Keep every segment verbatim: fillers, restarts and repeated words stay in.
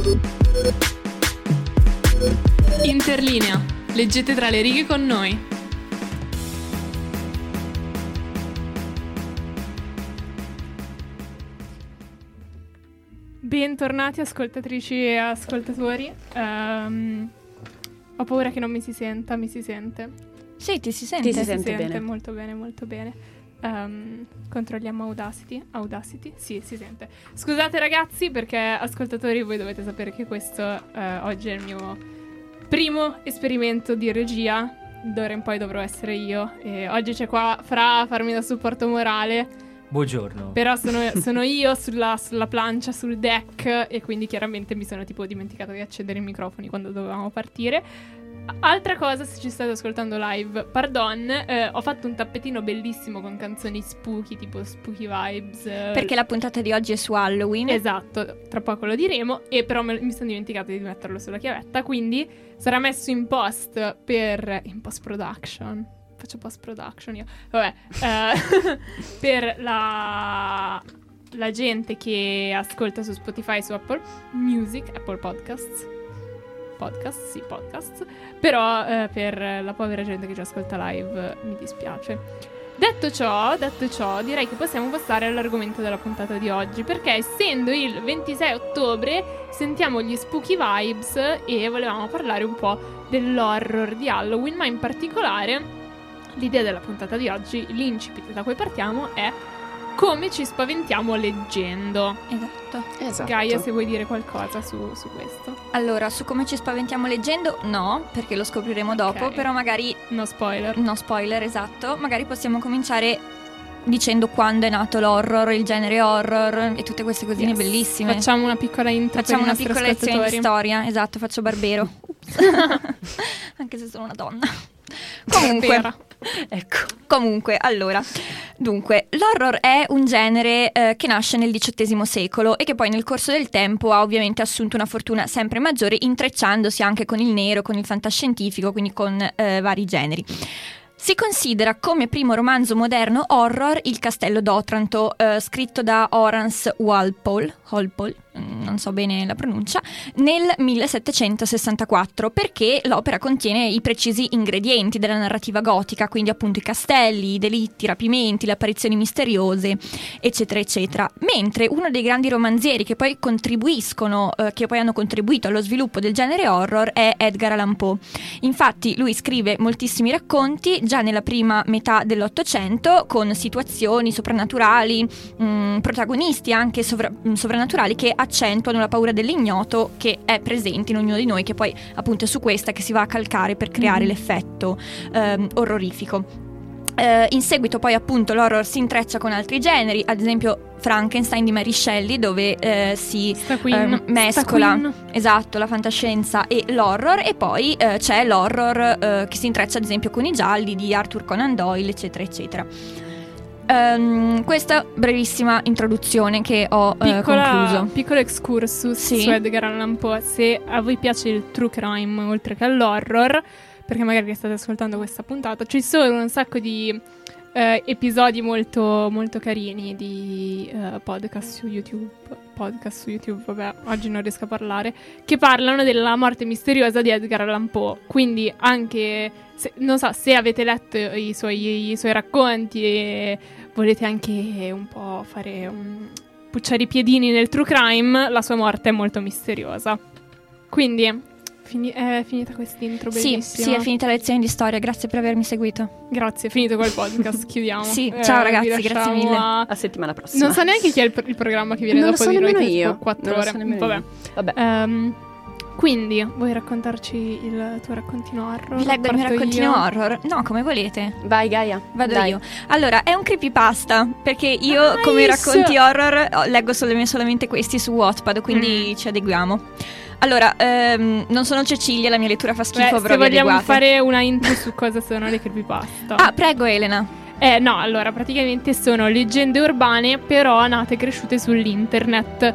Interlinea, leggete tra le righe con noi. Bentornati ascoltatrici e ascoltatori. Um, ho paura che non mi si senta, mi si sente? Sì, ti si sente. Ti si si sente, sente bene. molto bene, molto bene. Um, controlliamo Audacity. Audacity? Sì, si sente. Scusate ragazzi, perché ascoltatori, voi dovete sapere che questo uh, oggi è il mio primo esperimento di regia. D'ora in poi dovrò essere io. E oggi c'è qua Fra a farmi da supporto morale. Buongiorno. Però sono, sono io sulla, sulla plancia, sul deck, e quindi chiaramente mi sono tipo dimenticata di accendere i microfoni quando dovevamo partire. Altra cosa, se ci state ascoltando live, pardon, eh, ho fatto un tappetino bellissimo con canzoni spooky, tipo spooky vibes. Eh, Perché la puntata di oggi è su Halloween. Esatto, tra poco lo diremo, e però me, mi sono dimenticata di metterlo sulla chiavetta, quindi sarà messo in post per... in post production. Faccio post production io. Vabbè, eh, per la... la gente che ascolta su Spotify, su Apple Music, Apple Podcasts. Podcast, sì, podcast. Però eh, per la povera gente che ci ascolta live mi dispiace. Detto ciò, detto ciò, direi che possiamo passare all'argomento della puntata di oggi, perché essendo il ventisei ottobre sentiamo gli spooky vibes e volevamo parlare un po' dell'horror di Halloween, ma in particolare l'idea della puntata di oggi, l'incipit da cui partiamo, è come ci spaventiamo leggendo. Esatto. Esatto. Gaia, se vuoi dire qualcosa su, su questo. Allora, su come ci spaventiamo leggendo, no, perché lo scopriremo dopo, Ok. però magari, No spoiler. no spoiler, esatto, magari possiamo cominciare dicendo quando è nato l'horror, il genere horror e tutte queste cosine Yes. bellissime. Facciamo una piccola intro Facciamo una per i nostri piccola lezione di ascoltatori. storia, esatto, faccio Barbero. Anche se sono una donna. Comunque, Barbera. Ecco. Comunque, allora, dunque, l'horror è un genere eh, che nasce nel diciottesimo secolo e che poi nel corso del tempo ha ovviamente assunto una fortuna sempre maggiore, intrecciandosi anche con il nero, con il fantascientifico, quindi con eh, vari generi. Si considera come primo romanzo moderno horror Il Castello d'Otranto, eh, scritto da Horace Walpole, Walpole, non so bene la pronuncia, nel millesettecentosessantaquattro, perché l'opera contiene i precisi ingredienti della narrativa gotica, quindi appunto i castelli, i delitti, i rapimenti, le apparizioni misteriose, eccetera, eccetera. Mentre uno dei grandi romanzieri che poi contribuiscono, eh, che poi hanno contribuito allo sviluppo del genere horror è Edgar Allan Poe. Infatti lui scrive moltissimi racconti già nella prima metà dell'Ottocento, con situazioni soprannaturali, mh, protagonisti anche sovra- sovrannaturali che accentuano la paura dell'ignoto che è presente in ognuno di noi, che poi appunto è su questa che si va a calcare per creare Mm-hmm. l'effetto ehm, orrorifico. Eh, in seguito poi appunto l'horror si intreccia con altri generi, ad esempio Frankenstein di Mary Shelley, dove eh, si Sta qui, ehm, mescola sta qui. esatto la fantascienza e l'horror, e poi eh, c'è l'horror eh, che si intreccia ad esempio con i gialli di Arthur Conan Doyle, eccetera eccetera. Um, questa brevissima introduzione che ho eh, Piccola, concluso. piccolo excursus Sì. su Edgar Allan Poe. Se a voi piace il true crime oltre che l'horror, perché magari state ascoltando questa puntata, ci sono un sacco di eh, episodi molto, molto carini di eh, podcast su YouTube. Podcast su YouTube, vabbè, oggi non riesco a parlare. Che parlano della morte misteriosa di Edgar Allan Poe. Quindi anche, se, non so, se avete letto i suoi, i suoi racconti e volete anche un po' fare un pucciare i piedini nel true crime, la sua morte è molto misteriosa. Quindi fini- è finita quest'intro Sì, bellissima. sì, è finita la lezione di storia, grazie per avermi seguito. Grazie, è finito col podcast, chiudiamo. Sì, ciao ragazzi, vi grazie lasciamo mille. a- A settimana prossima. Non so neanche chi è il, pr- il programma che viene Non lo dopo so di noi, nemmeno che è io. tipo quattro Non lo ore. so nemmeno Vabbè. io. Vabbè. Ehm, quindi, vuoi raccontarci il tuo raccontino horror? Vi leggo il mio Parto raccontino io? horror? No, come volete. Vai Gaia. Vado Dai. io. Allora, è un creepypasta, perché io Nice! come racconti horror oh, leggo solo- solamente questi su Wattpad, quindi Mm. ci adeguiamo. Allora, ehm, non sono Cecilia, la mia lettura fa schifo, Beh, però se vi vogliamo adeguate. fare una intro su cosa sono le creepypasta. Ah, prego Elena. Eh, no, allora, praticamente sono leggende urbane, però nate e cresciute sull'internet.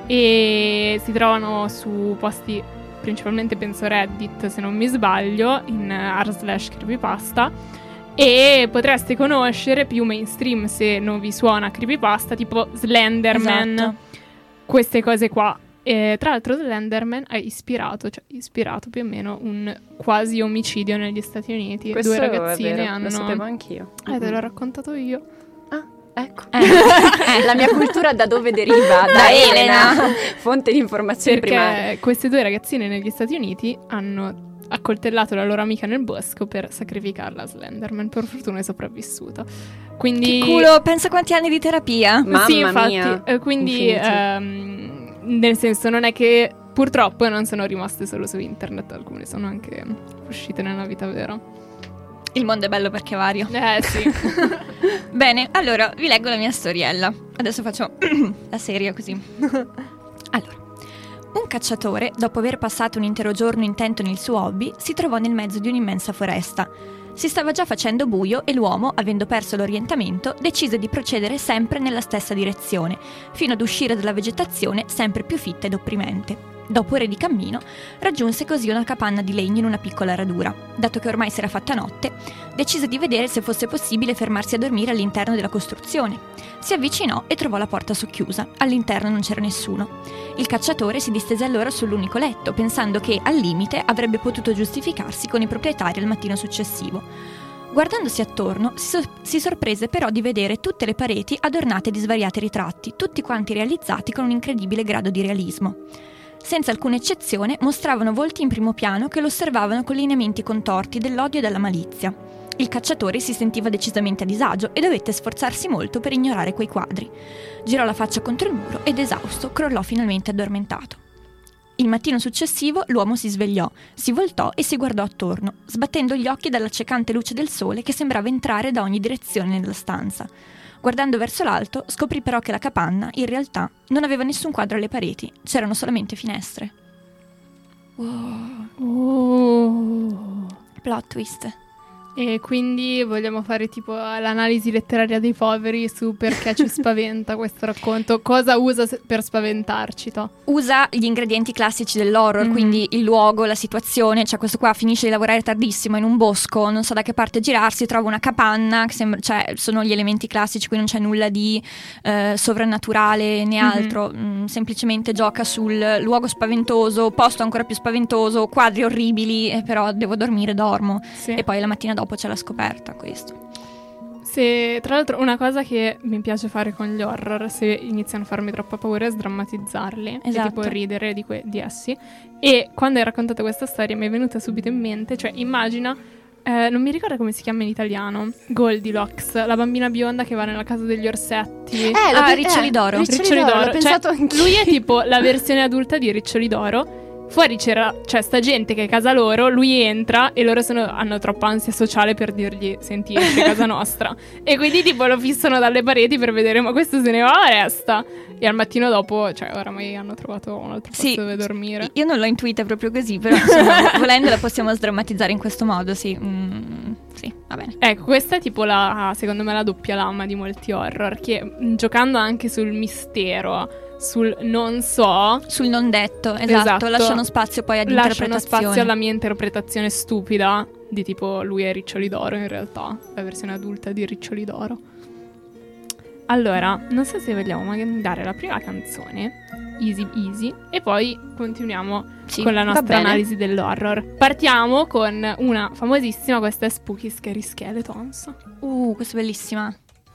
E si trovano su posti, principalmente penso Reddit, se non mi sbaglio, in r slash creepypasta. E potreste conoscere più mainstream, se non vi suona creepypasta, tipo Slenderman, Esatto. queste cose qua. E tra l'altro Slenderman ha ispirato, cioè ispirato più o meno un quasi omicidio negli Stati Uniti. Questo Due ragazzine è vero, hanno... lo sapevo anch'io. Eh, te l'ho raccontato io. Ah, ecco. Eh. La mia cultura da dove deriva? Da, da Elena, fonte di informazioni Perché primarie. queste due ragazzine negli Stati Uniti hanno accoltellato la loro amica nel bosco per sacrificarla a Slenderman. Per fortuna è sopravvissuta. Quindi... Che culo, pensa quanti anni di terapia. Mamma sì, infatti, mia. eh, quindi ehm, nel senso non è che purtroppo non sono rimaste solo su internet, alcune sono anche uscite nella vita vera. Il mondo è bello perché è vario. Eh sì. Bene, allora vi leggo la mia storiella. Adesso faccio la serie così. Allora, un cacciatore, dopo aver passato un intero giorno intento nel suo hobby, si trovò nel mezzo di un'immensa foresta. Si stava già facendo buio e l'uomo, avendo perso l'orientamento, decise di procedere sempre nella stessa direzione, fino ad uscire dalla vegetazione sempre più fitta ed opprimente. Dopo ore di cammino, raggiunse così una capanna di legno in una piccola radura. Dato che ormai si era fatta notte, decise di vedere se fosse possibile fermarsi a dormire all'interno della costruzione. Si avvicinò e trovò la porta socchiusa. All'interno non c'era nessuno. Il cacciatore si distese allora sull'unico letto, pensando che, al limite, avrebbe potuto giustificarsi con i proprietari al mattino successivo. Guardandosi attorno, si, so- si sorprese però di vedere tutte le pareti adornate di svariati ritratti, tutti quanti realizzati con un incredibile grado di realismo. Senza alcuna eccezione, mostravano volti in primo piano che lo osservavano con lineamenti contorti dell'odio e della malizia. Il cacciatore si sentiva decisamente a disagio e dovette sforzarsi molto per ignorare quei quadri. Girò la faccia contro il muro ed esausto crollò finalmente addormentato. Il mattino successivo l'uomo si svegliò, si voltò e si guardò attorno, sbattendo gli occhi dall'accecante luce del sole che sembrava entrare da ogni direzione nella stanza. Guardando verso l'alto, scoprì però che la capanna, in realtà, non aveva nessun quadro alle pareti, c'erano solamente finestre. Wow. Oh. Plot twist. E quindi vogliamo fare tipo l'analisi letteraria dei poveri su perché ci spaventa questo racconto. Cosa usa se- per spaventarci, to? Usa gli ingredienti classici dell'horror, Mm-hmm. quindi il luogo, la situazione. Cioè questo qua finisce di lavorare tardissimo in un bosco, non sa da che parte girarsi, trova una capanna, che sembra, cioè sono gli elementi classici, qui non c'è nulla di eh, sovrannaturale né altro. Mm-hmm. Mm, semplicemente gioca sul luogo spaventoso, posto ancora più spaventoso, quadri orribili, eh, però devo dormire, dormo. Sì. E poi la mattina dopo c'è la scoperta, questo. Se, tra l'altro, una cosa che mi piace fare con gli horror, se iniziano a farmi troppa paura, è sdrammatizzarli. Esatto. E tipo ridere di, que- di essi. E quando hai raccontato questa storia mi è venuta subito in mente, cioè immagina, eh, non mi ricordo come si chiama in italiano, Goldilocks, la bambina bionda che va nella casa degli orsetti. Eh, Ah, l'ho- Riccioli eh, d'oro. Riccioli, Riccioli d'oro, d'oro. l'ho Cioè, pensato anch'io. lui è tipo la versione adulta di Riccioli d'oro. Fuori c'era, cioè sta gente che è casa loro, lui entra e loro sono, hanno troppa ansia sociale per dirgli senti esci casa nostra. E quindi tipo lo fissano dalle pareti per vedere ma questo se ne va a resta. E al mattino dopo, cioè oramai hanno trovato un altro posto Sì, dove dormire. Io non l'ho intuita proprio così, però insomma, volendo la possiamo sdrammatizzare in questo modo, sì. Mm, sì, va bene. Ecco, questa è tipo la, secondo me la doppia lama di molti horror, che mh, giocando anche sul mistero, sul non so, Sul non detto, esatto, Esatto. lasciano spazio poi ad lasciano interpretazione. spazio alla mia interpretazione stupida di tipo lui è Riccioli d'oro in realtà, la versione adulta di Riccioli d'oro. Allora, non so se vogliamo magari dare la prima canzone, Easy Easy, e poi continuiamo Sì, con la va nostra bene. analisi dell'horror. Partiamo con una famosissima, questa è Spooky Scary Skeletons. Uh, questa è bellissima.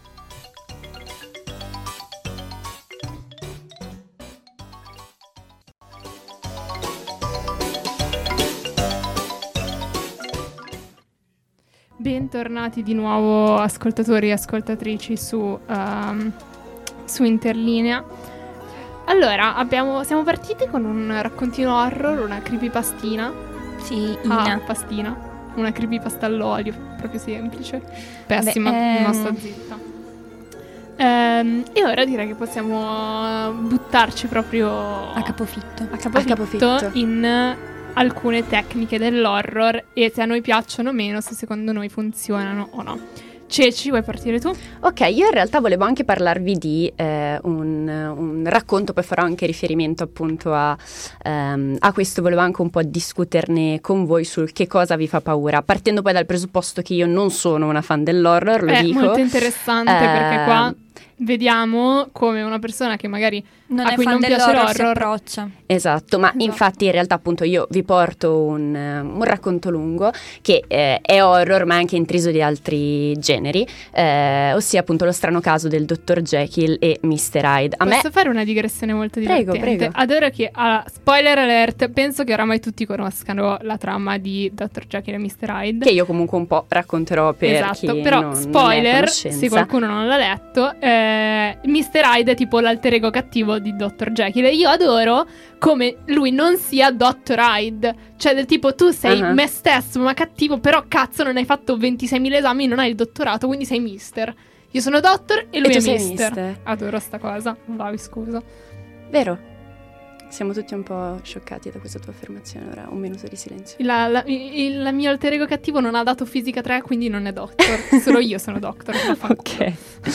Bentornati di nuovo ascoltatori e ascoltatrici su, um, su Interlinea. Allora, abbiamo, siamo partiti con un raccontino horror, una creepypastina. Sì, Ah, Ina. pastina. Una creepypasta all'olio, proprio semplice. Pessima, Vabbè, ma ehm, sto zitta. Ehm, e ora direi che possiamo buttarci proprio A capofitto. a capofitto, A capofitto. in alcune tecniche dell'horror e se a noi piacciono o meno, se secondo noi funzionano o no. Ceci, vuoi partire tu? Ok, io in realtà volevo anche parlarvi di eh, un, un racconto, poi farò anche riferimento appunto a, ehm, a questo, volevo anche un po' discuterne con voi sul che cosa vi fa paura, partendo poi dal presupposto che io non sono una fan dell'horror, lo È dico. molto interessante Eh, perché qua vediamo come una persona che magari non a è cui fan non piace dell'horror si l'horror approccia. Esatto, ma Esatto. infatti in realtà appunto io vi porto un, un racconto lungo che eh, è horror ma è anche intriso di altri generi, eh, ossia appunto Lo strano caso del dottor Jekyll e mister Hyde. A Posso me fare una digressione molto Prego, divertente? prego. Adoro che, ah, spoiler alert, penso che oramai tutti conoscano la trama di dottor Jekyll e mister Hyde. che io comunque un po' racconterò per Esatto, chi però non, non ne è a spoiler, conoscenza. se qualcuno non l'ha letto, eh, mister Hyde è tipo l'alter ego cattivo di dottor Jekyll. E io adoro come lui non sia dottor Hyde, cioè del tipo tu sei Uh-huh. me stesso ma cattivo, però cazzo non hai fatto ventiseimila esami, non hai il dottorato, quindi sei mister. Io sono doctor e lui tu è sei mister. mister. Adoro sta cosa. Vai, scusa. Vero? Siamo tutti un po' scioccati da questa tua affermazione, ora un minuto di silenzio. La, la, il, il mio alter ego cattivo non ha dato fisica tre, quindi non è doctor. Solo io sono doctor. Ok.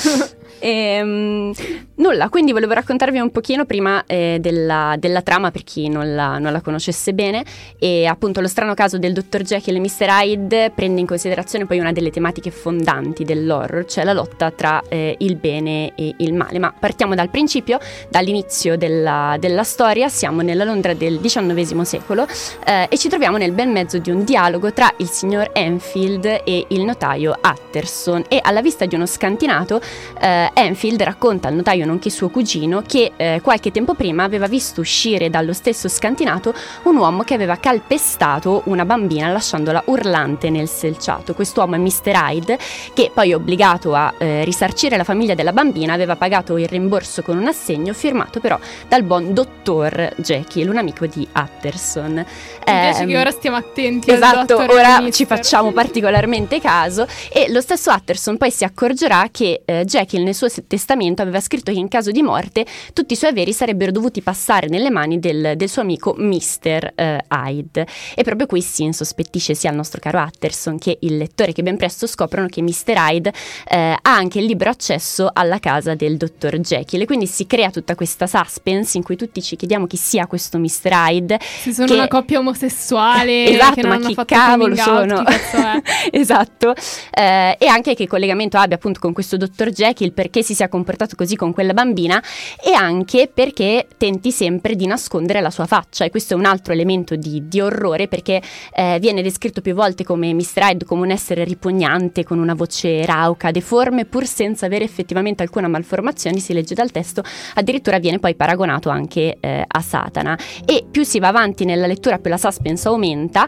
Ehm, nulla, quindi volevo raccontarvi un pochino prima eh, della, della trama per chi non la, non la conoscesse bene. E appunto Lo strano caso del dottor Jekyll e mister Hyde prende in considerazione poi una delle tematiche fondanti dell'horror, cioè la lotta tra eh, il bene e il male. Ma partiamo dal principio, dall'inizio della, della storia. Siamo nella Londra del diciannovesimo secolo eh, e ci troviamo nel bel mezzo di un dialogo tra il signor Enfield e il notaio Utterson, e alla vista di uno scantinato eh, Enfield racconta al notaio, nonché suo cugino, che eh, qualche tempo prima aveva visto uscire dallo stesso scantinato un uomo che aveva calpestato una bambina lasciandola urlante nel selciato. Quest'uomo è mister Hyde, che poi, obbligato a eh, risarcire la famiglia della bambina, aveva pagato il rimborso con un assegno firmato però dal buon dottor Jekyll, un amico di Utterson. Mi piace Ehm, che ora stiamo attenti Esatto, al dottor ora e al ci mister. facciamo particolarmente caso, e lo stesso Utterson poi si accorgerà che eh, Jekyll nel suo testamento aveva scritto che in caso di morte tutti i suoi averi sarebbero dovuti passare nelle mani del, del suo amico mister eh, Hyde, e proprio qui si insospettisce sia il nostro caro Utterson che il lettore, che ben presto scoprono che mister Hyde eh, ha anche il libero accesso alla casa del dottor Jekyll, e quindi si crea tutta questa suspense in cui tutti ci chiediamo chi sia questo mister Hyde. Se sono che- una coppia omosessuale, Esatto, che non ma hanno chi fatto cavolo coming out, sono? chi cazzo è? Esatto, eh, e anche che collegamento abbia appunto con questo dottor Jekyll, perché si sia comportato così con quella bambina, e anche perché tenti sempre di nascondere la sua faccia, e questo è un altro elemento di, di orrore, perché eh, viene descritto più volte come mister Hyde come un essere ripugnante, con una voce rauca, deforme, pur senza avere effettivamente alcuna malformazione. Si legge dal testo, addirittura viene poi paragonato anche eh, a Satana. E più si va avanti nella lettura, più la suspense aumenta.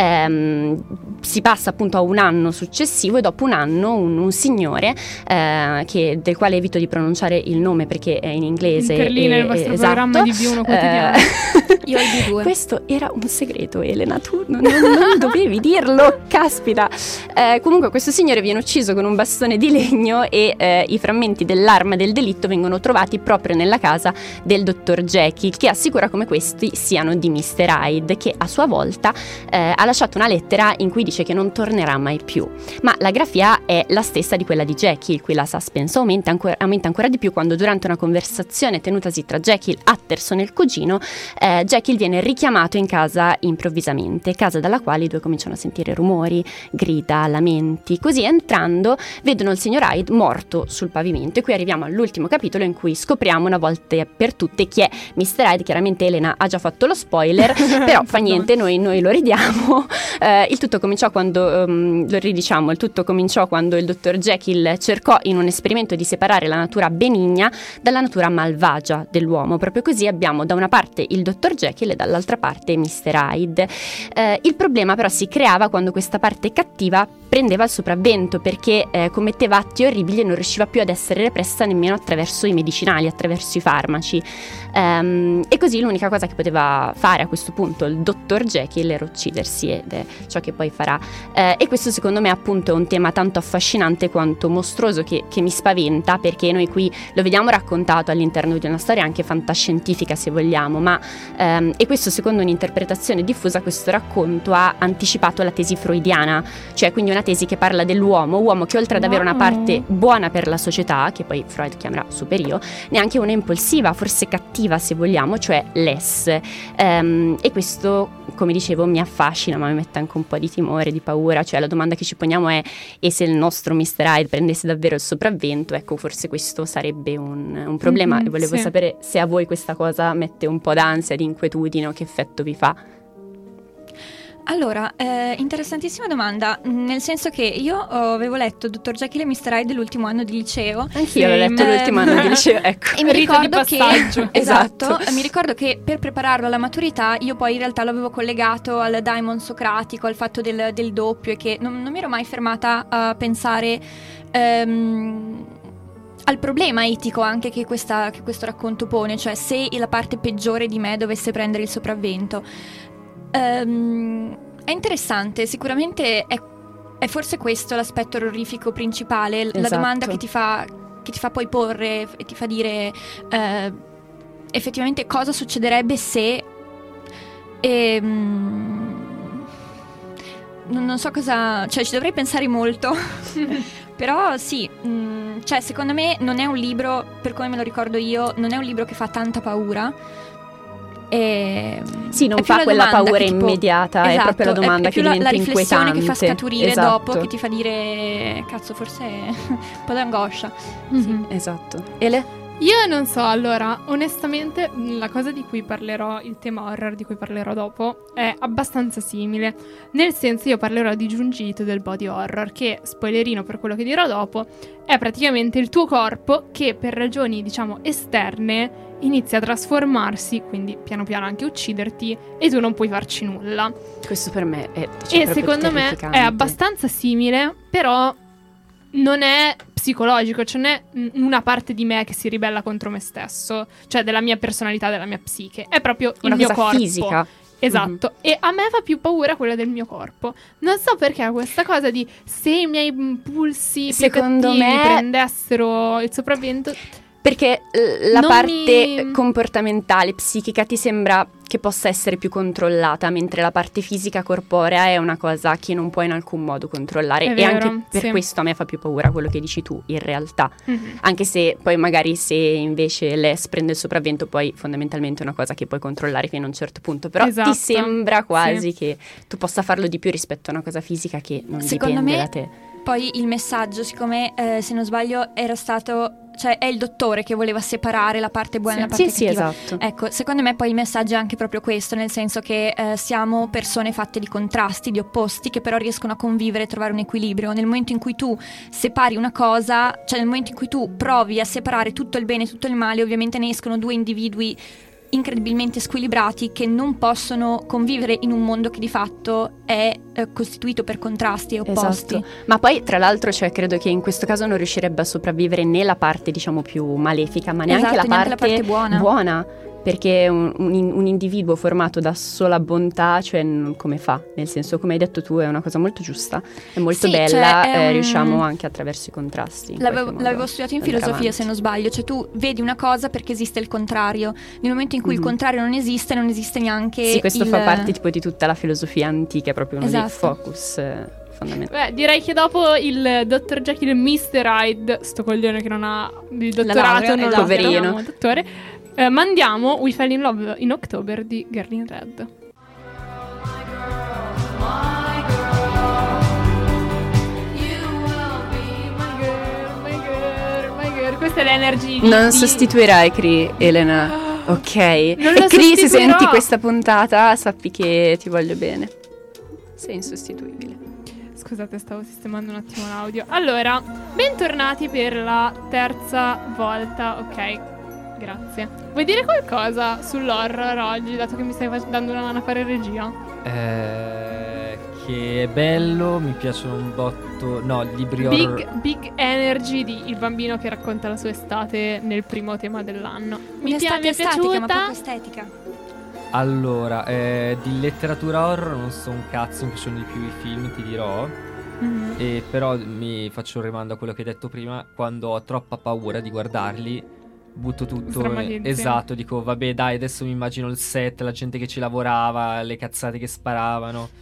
Ehm, si passa appunto a un anno successivo, e dopo un anno un, un signore eh, che, del quale evito di pronunciare il nome perché è in inglese. Per lì e- nel vostro esatto, programma di B uno quotidiano. eh, Io ho il B due. Questo era un segreto, Elena, tu non, non- non dovevi dirlo, caspita. Eh, comunque questo signore viene ucciso con un bastone di legno, e eh, i frammenti dell'arma del delitto vengono trovati proprio nella casa del dottor Jekyll, che assicura come questi siano di mister Hyde, che a sua volta eh, ha lasciato una lettera in cui dice che non tornerà mai più. Ma la grafia è la stessa di quella di Jekyll. Qui la suspense aumenta ancora, aumenta ancora di più quando, durante una conversazione tenutasi tra Jekyll, Utterson e il cugino, eh, Jekyll viene richiamato in casa improvvisamente, casa dalla quale i due cominciano a sentire rumori, grida, lamenti. Così, entrando, vedono il signor Hyde morto sul pavimento, e qui arriviamo all'ultimo capitolo in cui scopriamo una volta per tutte chi è mister Hyde. Chiaramente Elena ha già fatto lo spoiler, però fa niente, noi, noi lo ridiamo. Eh, il tutto cominciò quando, um, lo ridiciamo, il tutto cominciò quando il dottor Jekyll cercò, in un esperimento, di separare la natura benigna dalla natura malvagia dell'uomo. Proprio così abbiamo da una parte il dottor Jekyll e dall'altra parte mister Hyde. Eh, il problema però si creava quando questa parte cattiva prendeva il sopravvento, perché eh, commetteva atti orribili e non riusciva più ad essere repressa nemmeno attraverso i medicinali, attraverso i farmaci. Um, e così l'unica cosa che poteva fare a questo punto il dottor Jekyll era uccidersi, ed è ciò che poi farà. Eh, e questo secondo me appunto è un tema tanto affascinante quanto mostruoso, che, che mi spaventa, perché noi qui lo vediamo raccontato all'interno di una storia anche fantascientifica, se vogliamo, ma um, e questo, secondo un'interpretazione diffusa, questo racconto ha anticipato la tesi freudiana, cioè quindi una tesi che parla dell'uomo, uomo che oltre ad avere una Wow. parte buona per la società, che poi Freud chiamerà superio, neanche una impulsiva, forse cattiva se vogliamo, cioè less. Ehm, e questo, come dicevo, mi affascina, ma mi mette anche un po' di timore, di paura. Cioè la domanda che ci poniamo è: e se il nostro mister Hyde prendesse davvero il sopravvento? Ecco, forse questo sarebbe un, un problema. Mhm, e volevo sì. sapere se a voi questa cosa mette un po' d'ansia, di inquietudine, o che effetto vi fa. Allora, eh, interessantissima domanda, nel senso che io oh, avevo letto dottor Jekyll e mister Hyde dell'ultimo anno di liceo. Anch'io Sì, l'ho letto ehm, l'ultimo anno di liceo, ecco. E mi Rito di ricordo che passaggio. esatto, Esatto. mi ricordo che per prepararlo alla maturità io poi in realtà l'avevo collegato al daimon socratico, al fatto del, del doppio, e che non, non mi ero mai fermata a pensare ehm, al problema etico anche che, questa, che questo racconto pone, cioè se la parte peggiore di me dovesse prendere il sopravvento. Ehm, è interessante, sicuramente è, è forse questo l'aspetto orrorifico principale, la Esatto. domanda che ti fa che ti fa poi porre e ti fa dire eh, effettivamente cosa succederebbe se ehm, non, non so cosa, cioè ci dovrei pensare molto. Però sì, mh, cioè secondo me non è un libro, per come me lo ricordo io, non è un libro che fa tanta paura. E Sì, non è più fa la quella domanda paura che tipo- immediata, è esatto, proprio la domanda è più che la, diventa la riflessione che fa inquietante. scaturire Esatto. dopo, che ti fa dire cazzo, forse è un po' d'angoscia. Mhm. Esatto. Ele? Io non so, allora, onestamente la cosa di cui parlerò, il tema horror di cui parlerò dopo, è abbastanza simile. Nel senso, io parlerò di Junji Ito, del body horror, che, spoilerino per quello che dirò dopo, è praticamente il tuo corpo che per ragioni, diciamo, esterne inizia a trasformarsi, quindi piano piano anche ucciderti, e tu non puoi farci nulla. Questo per me è cioè, E proprio secondo me terrificante. è abbastanza simile, però non è psicologico, cioè non è mm, una parte di me che si ribella contro me stesso, cioè della mia personalità, della mia psiche, è proprio il una mio cosa corpo. fisica. Esatto, e a me fa più paura quella del mio corpo. Non so perché questa cosa di se i miei impulsi più Secondo cattivi me- prendessero il sopravvento. Perché eh, la Non parte mi- comportamentale, psichica ti sembra che possa essere più controllata, mentre la parte fisica corporea è una cosa che non puoi in alcun modo controllare. È e vero, anche per sì. questo a me fa più paura quello che dici tu, in realtà. Mhm. Anche se poi magari se invece l'Es prende il sopravvento, poi fondamentalmente è una cosa che puoi controllare fino a un certo punto. Però Esatto, ti sembra quasi sì. che tu possa farlo di più rispetto a una cosa fisica che non Secondo dipende me- da te. Poi il messaggio, siccome eh, se non sbaglio era stato, cioè è il dottore che voleva separare la parte buona Sì. e la parte Sì, sì, cattiva. esatto. Ecco, secondo me poi il messaggio è anche proprio questo, nel senso che eh, siamo persone fatte di contrasti, di opposti, che però riescono a convivere e trovare un equilibrio. Nel momento in cui tu separi una cosa, cioè nel momento in cui tu provi a separare tutto il bene e tutto il male, ovviamente ne escono due individui incredibilmente squilibrati che non possono convivere in un mondo che di fatto è eh, costituito per contrasti e opposti. Esatto. Ma poi tra l'altro cioè, credo che in questo caso non riuscirebbe a sopravvivere né la parte diciamo più malefica, ma neanche, Esatto, la, neanche parte la parte buona. perché un, un, un individuo formato da sola bontà, cioè n- come fa? Nel senso, come hai detto tu, è una cosa molto giusta, è molto Sì, bella, cioè, è eh, un- riusciamo anche attraverso i contrasti. in L'avevo, qualche modo l'avevo studiato in ad andare filosofia, avanti. se non sbaglio, cioè tu vedi una cosa perché esiste il contrario. Nel momento in cui Mhm. il contrario non esiste, non esiste neanche Sì, questo il... fa parte tipo di tutta la filosofia antica, è proprio uno dei Esatto. focus eh, fondamentali. Beh, direi che dopo il dottor Jekyll e mister Hyde, sto coglione che non ha il dottorato, laurea, non lo esatto. Poverino. chiamiamo dottore, eh, mandiamo We Fell in Love in October di Girl in Red. Questa è l'energy di- Non di- sostituirai Cree, Elena. Ok. Non E lo Cree, se sostituirò. senti questa puntata, sappi che ti voglio bene. Sei insostituibile. Scusate, stavo sistemando un attimo l'audio. Allora, bentornati per la terza volta. Ok, grazie. Vuoi dire qualcosa sull'horror oggi, dato che mi stai fac- dando una mano a fare regia? Eh, che è bello, mi piacciono un botto. No, libri horror. Big, big energy di il bambino che racconta la sua estate nel primo tema dell'anno. Mi, pia- Un'estate mi è estatica, piaciuta. ma proprio estetica. Allora, eh, di letteratura horror non so un cazzo, mi piacciono di più i film, ti dirò. Mhm. E però mi faccio un rimando a quello che hai detto prima. Quando ho troppa paura di guardarli, butto tutto. Strammatizzi. Esatto, dico vabbè dai, adesso mi immagino il set, la gente che ci lavorava, le cazzate che sparavano.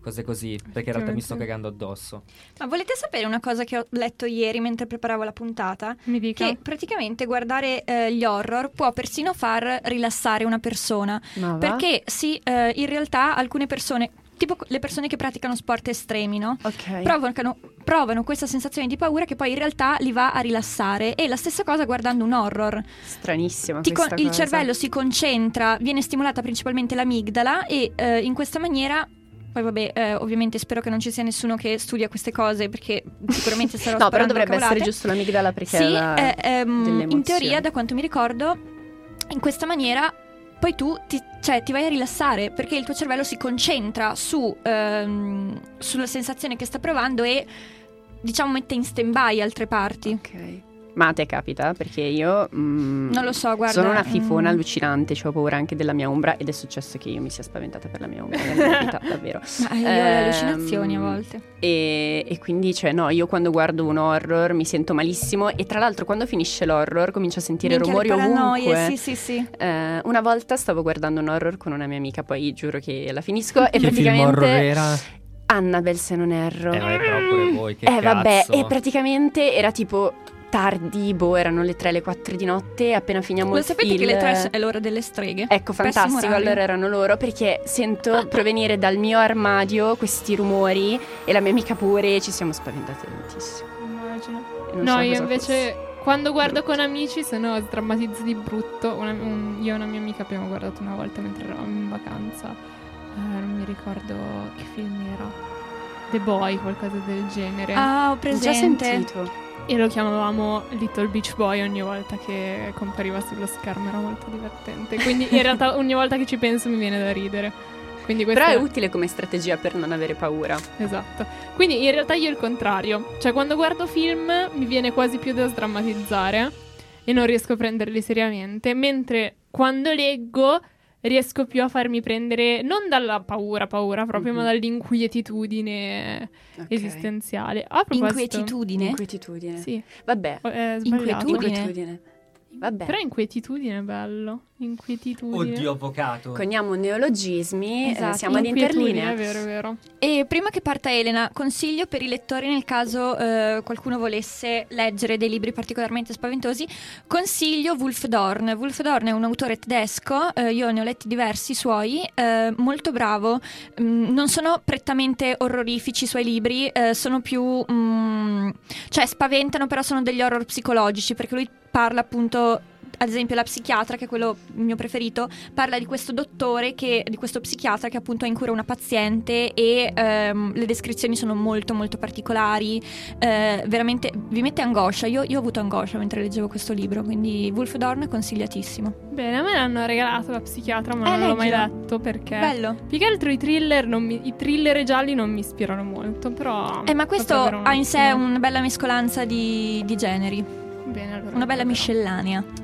cose così, perché in realtà mi sto cagando addosso. Ma volete sapere una cosa che ho letto ieri mentre preparavo la puntata? Mi dica. Che praticamente guardare eh, gli horror può persino far rilassare una persona. Ma va? Perché sì, eh, in realtà alcune persone, tipo le persone che praticano sport estremi, no? Ok. Provano, provano questa sensazione di paura che poi in realtà li va a rilassare. E la stessa cosa guardando un horror. Stranissima Ti questa con- il cosa. cervello si concentra, viene stimolata principalmente l'amigdala e eh, in questa maniera... Poi vabbè, eh, ovviamente spero che non ci sia nessuno che studia queste cose, perché sicuramente sarò No, però sparando dovrebbe cavolate. essere giusto l'amigdala, perché Sì, è la... eh, ehm, delle in emozioni. teoria, da quanto mi ricordo, in questa maniera poi tu ti, cioè, ti vai a rilassare, perché il tuo cervello si concentra su ehm, sulla sensazione che sta provando e, diciamo, mette in stand-by altre parti. Ok. Ma a te capita? Perché io mm, Non lo so, guarda. sono una fifona mm. allucinante, ho paura anche della mia ombra, ed è successo che io mi sia spaventata per la mia ombra nella mia vita, davvero. Ma io ho le Ehm, allucinazioni a volte. E, e quindi, cioè, no, io quando guardo un horror mi sento malissimo, e tra l'altro quando finisce l'horror comincio a sentire Minchia, le rumori paranoie, ovunque. sì, sì, sì. Eh, una volta stavo guardando un horror con una mia amica, poi giuro che la finisco, e Che film praticamente horror era? Annabelle, se non erro. Eh vabbè, però pure voi, che Eh vabbè, cazzo. e praticamente era tipo tardi, boh, erano le tre, le quattro di notte, appena finiamo Lo il sapete film. che le tre è l'ora delle streghe? Ecco, Pessimo fantastico, orario. allora erano loro, perché sento provenire dal mio armadio questi rumori, e la mia amica pure, ci siamo spaventate tantissimo. Immagino. E non No, so io cosa invece fosse. quando guardo Brutto. con amici, se no sdrammatizzo di brutto. Una- un- io e una mia amica abbiamo guardato una volta mentre eravamo in vacanza. Eh, non mi ricordo che film era. The Boy, qualcosa del genere. Ah, ho Ho già presente. sentito. E lo chiamavamo Little Beach Boy ogni volta che compariva sullo schermo, era molto divertente. Quindi in realtà ogni volta che ci penso mi viene da ridere. Quindi questo Però è utile come strategia per non avere paura. Esatto. Quindi in realtà io il contrario. Cioè quando guardo film mi viene quasi più da sdrammatizzare e non riesco a prenderli seriamente, mentre quando leggo riesco più a farmi prendere non dalla paura, paura proprio, Mhm. ma dall'inquietudine Ok. esistenziale. A proposito, Inquietudine? Inquietudine. Sì, Vabbè. ho- è sbagliato. Inquietudine? Inquietudine. Vabbè. Però inquietudine è bello. Inquietudine. Oddio, avvocato. Coniamo neologismi, eh, Esatto, siamo Inquietudine, all'interlinea. è vero, è vero. E prima che parta Elena, consiglio per i lettori, nel caso eh, qualcuno volesse leggere dei libri particolarmente spaventosi, consiglio Wolf Dorn. Wolf Dorn è un autore tedesco, eh, io ne ho letti diversi suoi, eh, molto bravo. Mm, non sono prettamente orrorifici i suoi libri, eh, sono più... mm, cioè spaventano, però sono degli horror psicologici, perché lui parla appunto... Ad esempio La psichiatra, che è quello mio preferito, parla di questo dottore, che, di questo psichiatra che appunto ha in cura una paziente, e ehm, le descrizioni sono molto molto particolari, eh, veramente vi mette angoscia. Io, io ho avuto angoscia mentre leggevo questo libro, quindi Wolf Dorn è consigliatissimo. Bene, a me l'hanno regalato la psichiatra, ma Eh, non l'ho mai leggilo. letto perché... Bello. Più che altro i thriller, non mi- i thriller gialli non mi ispirano molto, però... Eh, ma questo potrebbe avere un ha in sé attimo. una bella mescolanza di, di generi, Bene, allora una bella vedrò. miscellanea.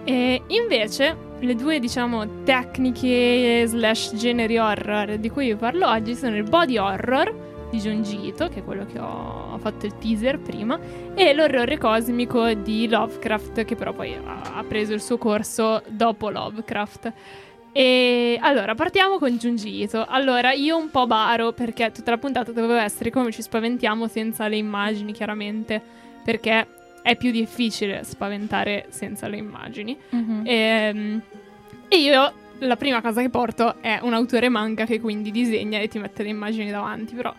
E invece, le due, diciamo, tecniche slash generi horror di cui vi parlo oggi sono il body horror di Junji Ito, che è quello che ho fatto il teaser prima, e l'orrore cosmico di Lovecraft, che però poi ha ha preso il suo corso dopo Lovecraft. E allora partiamo con Junji Ito. Allora, io un po' baro perché tutta la puntata doveva essere come ci spaventiamo senza le immagini, chiaramente, perché è più difficile spaventare senza le immagini. Mhm. E, e io la prima cosa che porto è un autore manga che quindi disegna e ti mette le immagini davanti, però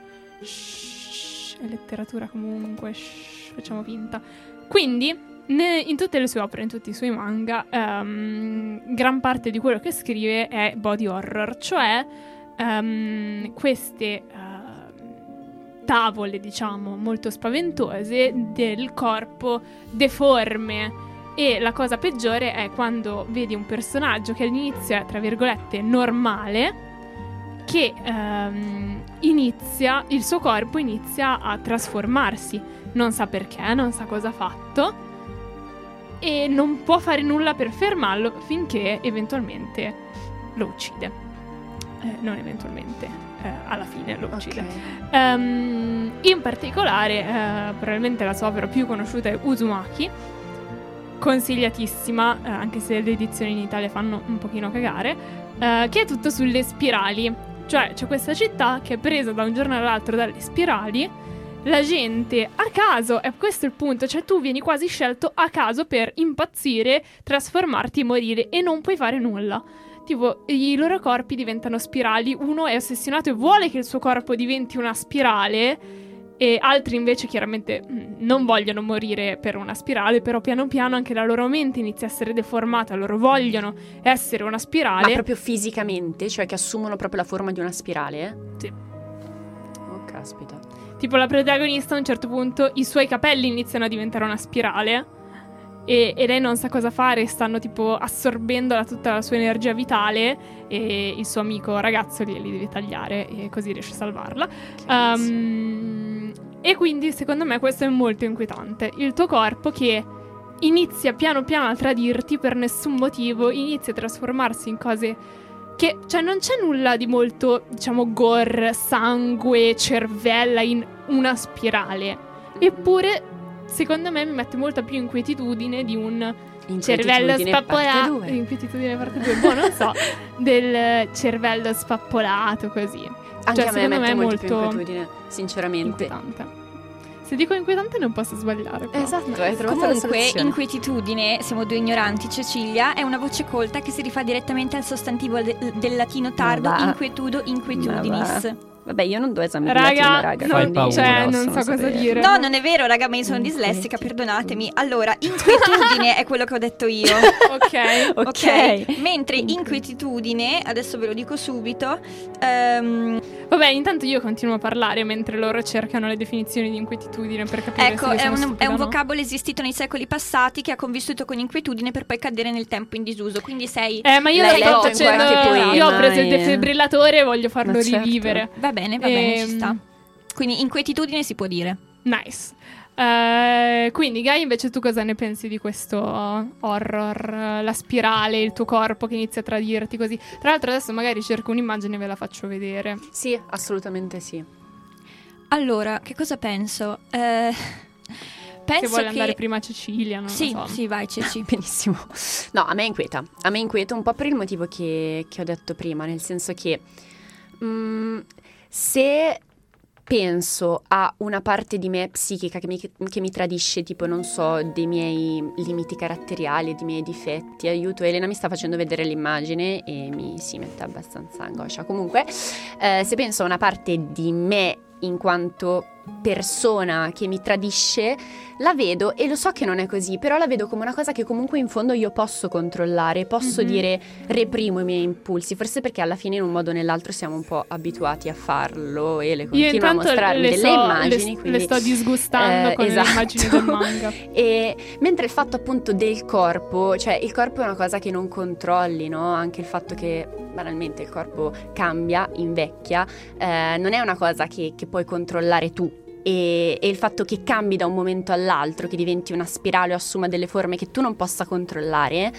shh, è letteratura comunque, shh, facciamo finta. Quindi ne- in tutte le sue opere, in tutti i suoi manga, ehm, gran parte di quello che scrive è body horror, cioè ehm, queste eh, tavole, diciamo, molto spaventose del corpo deforme. E la cosa peggiore è quando vedi un personaggio che all'inizio è, tra virgolette, normale, che ehm, inizia, il suo corpo inizia a trasformarsi, non sa perché, non sa cosa ha fatto, e non può fare nulla per fermarlo finché eventualmente lo uccide. Eh, non eventualmente, eh, alla fine lo uccide. Ok. Ehm, in particolare, eh, probabilmente la sua opera più conosciuta è Uzumaki, consigliatissima, eh, anche se le edizioni in Italia fanno un pochino cagare, eh, che è tutto sulle spirali. Cioè c'è questa città che è presa da un giorno all'altro dalle spirali, la gente a caso, e questo è il punto, cioè tu vieni quasi scelto a caso per impazzire, trasformarti e morire e non puoi fare nulla. Tipo, i loro corpi diventano spirali, uno è ossessionato e vuole che il suo corpo diventi una spirale, e altri invece chiaramente mh, non vogliono morire per una spirale, però piano piano anche la loro mente inizia a essere deformata, loro vogliono essere una spirale. Ma proprio fisicamente, cioè che assumono proprio la forma di una spirale? Sì. Oh, caspita. Tipo la protagonista a un certo punto i suoi capelli iniziano a diventare una spirale e, e lei non sa cosa fare, stanno tipo assorbendo la, tutta la sua energia vitale e il suo amico ragazzo li, li deve tagliare e così riesce a salvarla. Um, e quindi secondo me questo è molto inquietante. Il tuo corpo che inizia piano piano a tradirti per nessun motivo, inizia a trasformarsi in cose che, cioè non c'è nulla di molto, diciamo, gore, sangue, cervella in una spirale. Eppure, secondo me, mi mette molta più inquietudine di un cervello spappolato. Inquietudine parte due, boh, non so, del cervello spappolato così. Anche cioè, a me mette me è molto più molto inquietudine, sinceramente. inquietante. Se dico inquietante non posso sbagliare. Però. Esatto, hai trovato la Comunque, soluzione. inquietudine, siamo due ignoranti, Cecilia, è una voce colta che si rifà direttamente al sostantivo de- del latino tardo, Ma va. inquietudo, inquietudis. Ma Vabbè, io non do esami di Raga, latino, raga. non- quindi paura, cioè, posso non so cosa sapere. dire. No, non è vero, raga, ma io sono dislessica, perdonatemi. Allora, inquietudine è quello che ho detto io. Ok. Ok. Ok. Mentre inquietudine, adesso ve lo dico subito, ehm, Vabbè, intanto io continuo a parlare mentre loro cercano le definizioni di inquietudine per capire ecco, se io è sono un, stupida è un o no. vocabolo esistito nei secoli passati che ha convissuto con inquietudine per poi cadere nel tempo in disuso. Quindi sei... Eh, ma io lo L'hai sto letto in facendo. qualche poema, Io ho preso il eh. defibrillatore e voglio farlo Ma certo. rivivere. Va bene, va bene, ci Ehm, sta. Quindi inquietudine si può dire. Nice. Eh, quindi, Guy, invece tu cosa ne pensi di questo horror? La spirale, il tuo corpo che inizia a tradirti così. Tra l'altro adesso magari cerco un'immagine e ve la faccio vedere. Sì, assolutamente sì. Allora, che cosa penso? Eh, penso Se vuole che... andare prima a Cecilia, non Sì, lo so. sì, vai Ceci. Benissimo. No, a me inquieta. A me inquieta un po' per il motivo che, che ho detto prima, nel senso che mm, se penso a una parte di me psichica che mi, che mi tradisce, tipo, non so, dei miei limiti caratteriali, dei miei difetti, aiuto, Elena mi sta facendo vedere l'immagine e mi si mette abbastanza angoscia. Comunque, eh, se penso a una parte di me in quanto persona che mi tradisce, la vedo e lo so che non è così, però la vedo come una cosa che comunque in fondo io posso controllare, posso Mhm. dire reprimo i miei impulsi, forse perché alla fine in un modo o nell'altro siamo un po' abituati a farlo e le Io continua a intanto mostrarmi le, delle sto, immagini, le, quindi le sto disgustando eh, con esatto. le immagini del manga. E mentre il fatto appunto del corpo, cioè il corpo è una cosa che non controlli, no? Anche il fatto che banalmente il corpo cambia, invecchia, eh, non è una cosa che, che puoi controllare tu. E, e il fatto che cambi da un momento all'altro, che diventi una spirale o assuma delle forme che tu non possa controllare,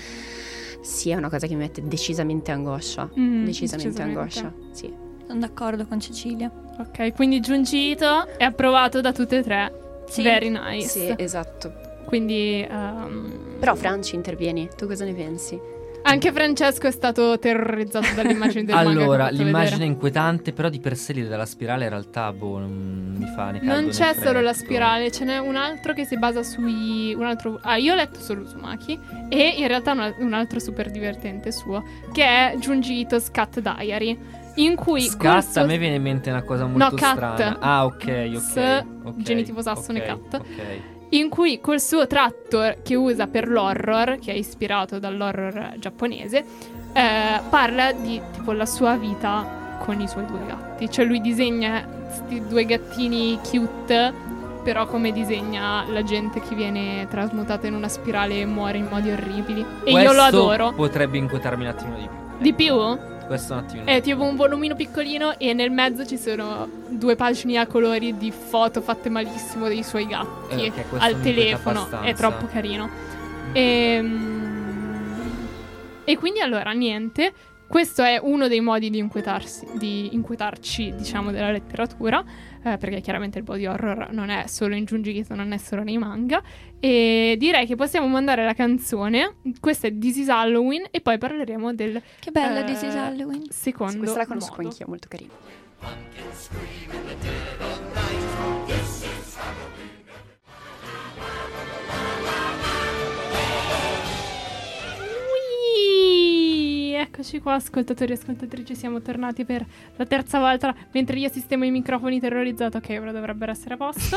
sì, è una cosa che mi mette decisamente angoscia. Mm, decisamente, decisamente. angoscia, sì. Sono d'accordo con Cecilia. Ok, quindi Junjito è approvato da tutte e tre. Sì. Very nice. Sì, esatto. Quindi ehm, Però Franci, intervieni, tu cosa ne pensi? anche Francesco è stato terrorizzato dalle immagini del manga. che ho Allora, fatto l'immagine è vedere. inquietante, però di per sé l'idea della spirale in realtà, boh, non mi fa né caldo Non né c'è freddo. solo la spirale, ce n'è un altro che si basa sui. Un altro. Ah, io ho letto solo Uzumaki. E in realtà un, un altro super divertente suo, che è Junji Ito's Cat Diary. In cui. col Scat, suo- a me viene in mente una cosa molto cat. strana. Ah, ok, ok. S, ok, genitivo sassone, ok, cat. Ok. In cui col suo tratto che usa per l'horror, che è ispirato dall'horror giapponese, eh, parla di tipo la sua vita con i suoi due gatti. Cioè lui disegna questi due gattini cute, però come disegna la gente che viene trasmutata in una spirale e muore in modi orribili. E io lo Questo adoro. potrebbe inquietarmi un attimino di più. Di più? Questo un attimino. È tipo un volumino piccolino e nel mezzo ci sono due pagine a colori di foto fatte malissimo dei suoi gatti Eh, ok, questo al mi inquieta telefono. È abbastanza. troppo carino. Ehm, E quindi allora niente. questo è uno dei modi di inquietarsi, di inquietarci, diciamo, della letteratura, eh, perché chiaramente il body horror non è solo in Junji Ito, non è solo nei manga. E direi che possiamo mandare la canzone. Questa è This is Halloween e poi parleremo del Che bella eh, This is Halloween. secondo Sì, questa la conosco modo. anch'io, molto carina. Ui, eccoci qua, ascoltatori e ascoltatrici, siamo tornati per la terza volta mentre io sistemo i microfoni terrorizzato. Ok, ora dovrebbero essere a posto.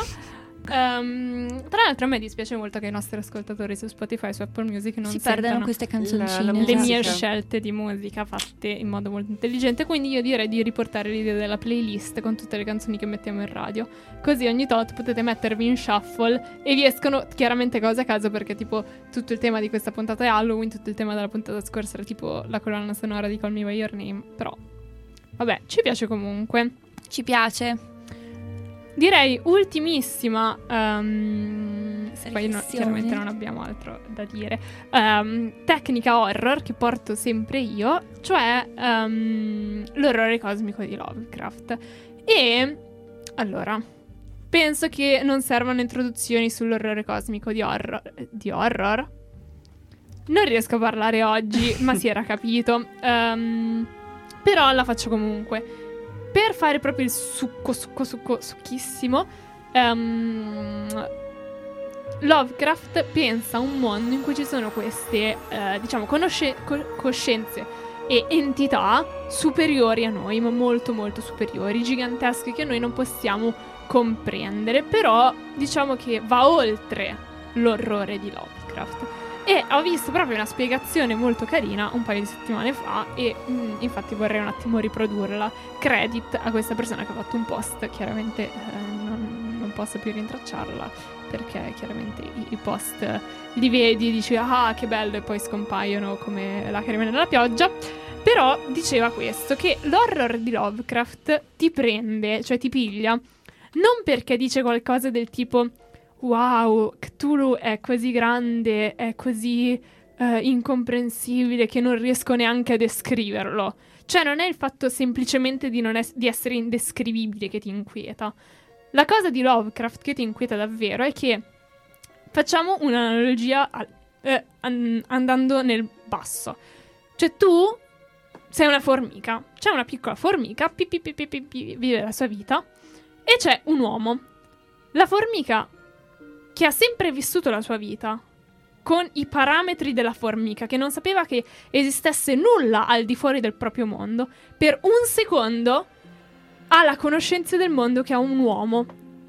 Um, tra l'altro a me dispiace molto che i nostri ascoltatori su Spotify, su Apple Music non Si sentano perdono queste canzoncine. la le musica. mie scelte di musica fatte in modo molto intelligente, quindi io direi di riportare l'idea della playlist con tutte le canzoni che mettiamo in radio, così ogni tot potete mettervi in shuffle e vi escono chiaramente cose a caso, perché tipo tutto il tema di questa puntata è Halloween, tutto il tema della puntata scorsa era tipo la colonna sonora di Call Me By Your Name, però vabbè, ci piace comunque. Ci piace. Direi ultimissima, um, se poi no, Riflessione. chiaramente non abbiamo altro da dire, um, tecnica horror che porto sempre io, cioè um, l'orrore cosmico di Lovecraft. E allora, penso che non servano introduzioni sull'orrore cosmico di horror. Di horror? Non riesco a parlare oggi, ma si era capito. Um, però la faccio comunque. Per fare proprio il succo, succo, succo, succhissimo, um, Lovecraft pensa a un mondo in cui ci sono queste, eh, diciamo, conosce- co- coscienze e entità superiori a noi, ma molto molto superiori, gigantesche, che noi non possiamo comprendere, però diciamo che va oltre l'orrore di Lovecraft. E ho visto proprio una spiegazione molto carina un paio di settimane fa e mh, infatti vorrei un attimo riprodurla. Credit a questa persona che ha fatto un post, chiaramente eh, non, non posso più rintracciarla perché chiaramente i, i post li vedi e dici ah che bello e poi scompaiono come lacrime nella pioggia. Però diceva questo, che l'horror di Lovecraft ti prende, cioè ti piglia, non perché dice qualcosa del tipo wow, Cthulhu è così grande, è così uh, incomprensibile che non riesco neanche a descriverlo. Cioè non è il fatto semplicemente di, non es- di essere indescrivibile che ti inquieta. La cosa di Lovecraft che ti inquieta davvero è che facciamo un'analogia al- eh, an- andando nel basso. Cioè tu sei una formica, c'è una piccola formica, pi, pi, pi, pi, pi, pi, vive la sua vita e c'è un uomo. La formica che ha sempre vissuto la sua vita con i parametri della formica, che non sapeva che esistesse nulla al di fuori del proprio mondo, per un secondo ha la conoscenza del mondo che ha un uomo.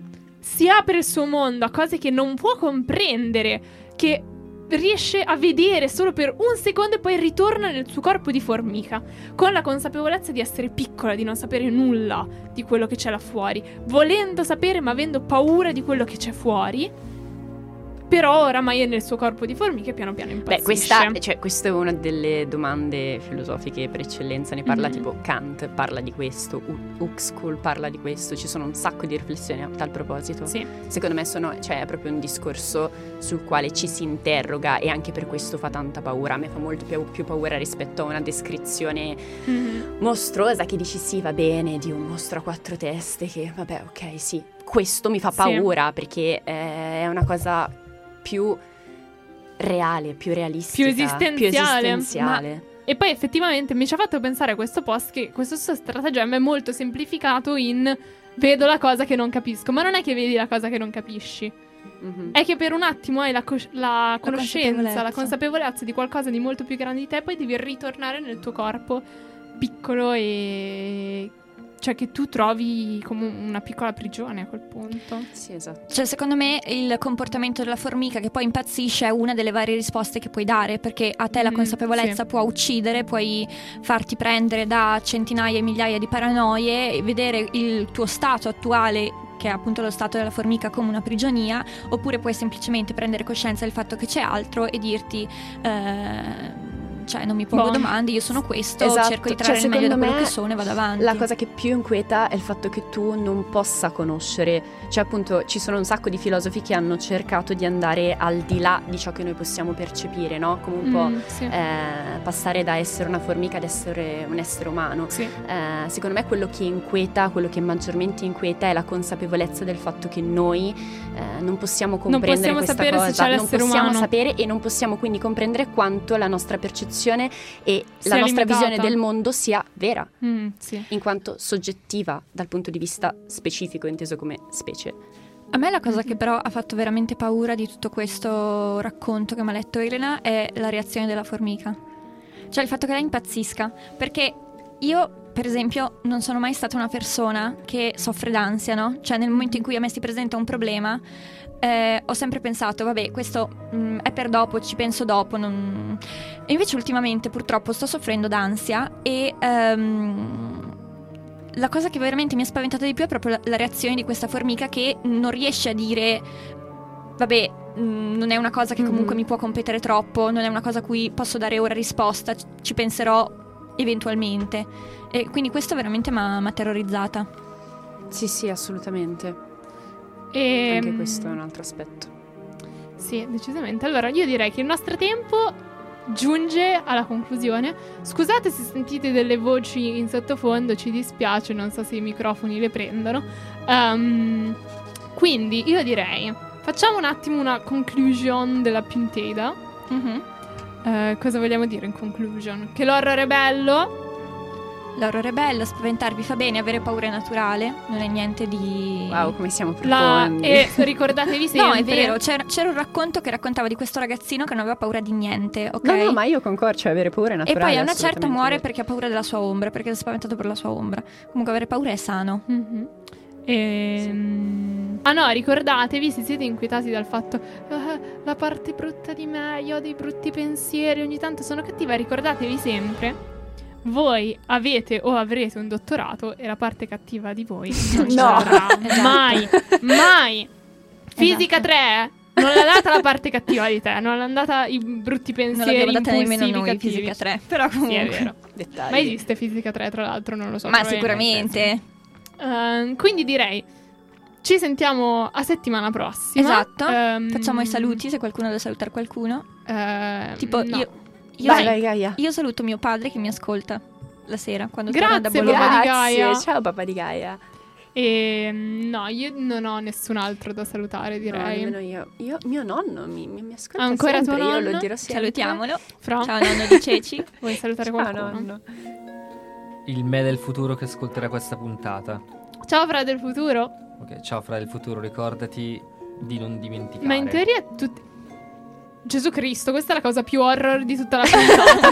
Si apre il suo mondo a cose che non può comprendere, che riesce a vedere solo per un secondo e poi ritorna nel suo corpo di formica, con la consapevolezza di essere piccola, di non sapere nulla di quello che c'è là fuori, volendo sapere ma avendo paura di quello che c'è fuori. Però oramai è nel suo corpo di formiche e piano piano impazzisce. Beh, questa, cioè, questa è una delle domande filosofiche per eccellenza. Ne parla Mm-hmm. tipo Kant, parla di questo, U- Huxley parla di questo. Ci sono un sacco di riflessioni a tal proposito. Sì. Secondo me sono, cioè, è proprio un discorso sul quale ci si interroga e anche per questo fa tanta paura. A me fa molto più, più paura rispetto a una descrizione Mm-hmm. mostruosa che dici sì, va bene, di un mostro a quattro teste che, vabbè, ok, sì. Questo mi fa Sì. paura perché eh, è una cosa più reale, più realistica, Più esistenziale. più esistenziale. E poi effettivamente mi ci ha fatto pensare a questo post che questo suo stratagemma è molto semplificato in vedo la cosa che non capisco. Ma non è che vedi la cosa che non capisci, Mhm. è che per un attimo hai la, cos- la conoscenza, consapevolezza. la consapevolezza di qualcosa di molto più grande di te, e poi devi ritornare nel tuo corpo piccolo e... cioè che tu trovi come una piccola prigione a quel punto. Sì, esatto. Cioè, secondo me il comportamento della formica che poi impazzisce è una delle varie risposte che puoi dare, perché a te la Mm, consapevolezza sì. può uccidere, puoi farti prendere da centinaia e migliaia di paranoie e vedere il tuo stato attuale, che è appunto lo stato della formica, come una prigionia, oppure puoi semplicemente prendere coscienza del fatto che c'è altro e dirti eh, cioè non mi pongo Boh. domande, io sono questo, Esatto, cerco di cioè, trarre il meglio da secondo quello me che sono e vado avanti. La cosa che più inquieta è il fatto che tu non possa conoscere, cioè appunto ci sono un sacco di filosofi che hanno cercato di andare al di là di ciò che noi possiamo percepire, no? Come un po' Mm, sì. eh, passare da essere una formica ad essere un essere umano. Sì. Eh, secondo me quello che inquieta, quello che maggiormente inquieta è la consapevolezza del fatto che noi eh, non possiamo comprendere possiamo questa sapere se cosa, c'è non l'essere possiamo umano. sapere e non possiamo quindi comprendere quanto la nostra percezione e Sia la nostra limitata. visione del mondo sia vera, Mm, sì. in quanto soggettiva dal punto di vista specifico, inteso come specie. A me la cosa che però ha fatto veramente paura di tutto questo racconto che mi ha letto Elena è la reazione della formica. Cioè il fatto che lei impazzisca. Perché io, per esempio, non sono mai stata una persona che soffre d'ansia, no? Cioè nel momento in cui a me si presenta un problema, eh, ho sempre pensato, vabbè, questo mh, è per dopo, ci penso dopo. Non... E invece ultimamente purtroppo sto soffrendo d'ansia e... ehm, la cosa che veramente mi ha spaventato di più è proprio la, la reazione di questa formica che non riesce a dire vabbè, mh, non è una cosa che comunque Mhm. mi può competere troppo, non è una cosa a cui posso dare ora risposta, c- ci penserò eventualmente. E quindi questo veramente mi ha terrorizzata. Sì, sì, assolutamente. E, Anche questo è un altro aspetto. Sì, decisamente. Allora, io direi che il nostro tempo giunge alla conclusione. Scusate se sentite delle voci in sottofondo, ci dispiace, non so se i microfoni le prendono. Ehm, quindi io direi, facciamo un attimo una conclusion della puntata. Mhm. Eh, cosa vogliamo dire in conclusion? Che l'horror è bello. L'horror è bello, spaventarvi fa bene, avere paura è naturale, non è niente di... Wow, come siamo La, profondi. e ricordatevi sempre. No, è vero, c'era, c'era un racconto che raccontava di questo ragazzino che non aveva paura di niente, ok? No, no, ma io concordo, cioè avere paura è E naturale. poi a una certa assolutamente muore vero. perché ha paura della sua ombra, perché è spaventato per la sua ombra. Comunque avere paura è sano. Mhm. Ehm, Ah no, ricordatevi, se siete inquietati dal fatto "Ah, la parte brutta di me, io ho dei brutti pensieri, ogni tanto sono cattiva", ricordatevi sempre, voi avete o avrete un dottorato e la parte cattiva di voi non ce No. l'avrà Esatto. mai, mai. Fisica tre non l'ha data la parte cattiva di te, non l'ha data i brutti Non pensieri l'abbiamo data nemmeno impulsivi noi, cattivi. fisica tre, però Sì, comunque. è vero. Dettagli. Ma esiste fisica tre, tra l'altro, non lo so. Ma probabilmente, sicuramente. sì. Ehm, quindi direi ci sentiamo a settimana prossima. Esatto. Ehm, Facciamo i saluti se qualcuno deve salutare qualcuno. ehm, Tipo no. io, io, Vai, vai, Gaia. io saluto mio padre che mi ascolta la sera quando torna da Grazie, Bologna. papà di Grazie, Gaia. ciao papà di Gaia. E no, io non ho nessun altro da salutare, No, direi. nemmeno io. Io, mio nonno mi, mi, mi ascolta Ancora sempre, tuo io nonno? lo dirò sempre. Salutiamolo. Fra, Ciao nonno di Ceci. vuoi salutare Ciao qualcuno? nonno. Il me del futuro che ascolterà questa puntata. Ciao Fra del futuro. Ok, ciao Fra del futuro, ricordati di non dimenticare. Ma in teoria tutti... Gesù Cristo, questa è la cosa più horror di tutta la puntata.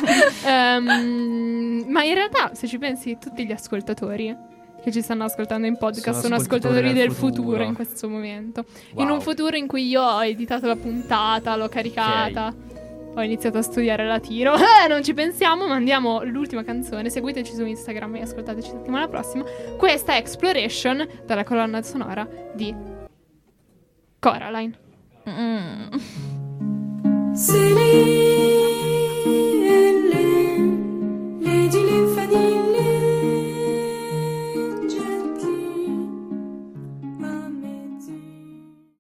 Ehm, ma in realtà, se ci pensi, tutti gli ascoltatori che ci stanno ascoltando in podcast sono, Sono ascoltatori, ascoltatori del del futuro. futuro in questo momento. Wow. In un futuro in cui io ho editato la puntata, l'ho caricata, ho iniziato a studiare la tiro. Eh, non ci pensiamo, mandiamo l'ultima canzone. Seguiteci su Instagram e ascoltateci settimana prossima. Questa è Exploration dalla colonna sonora di Coraline. Mm. Silly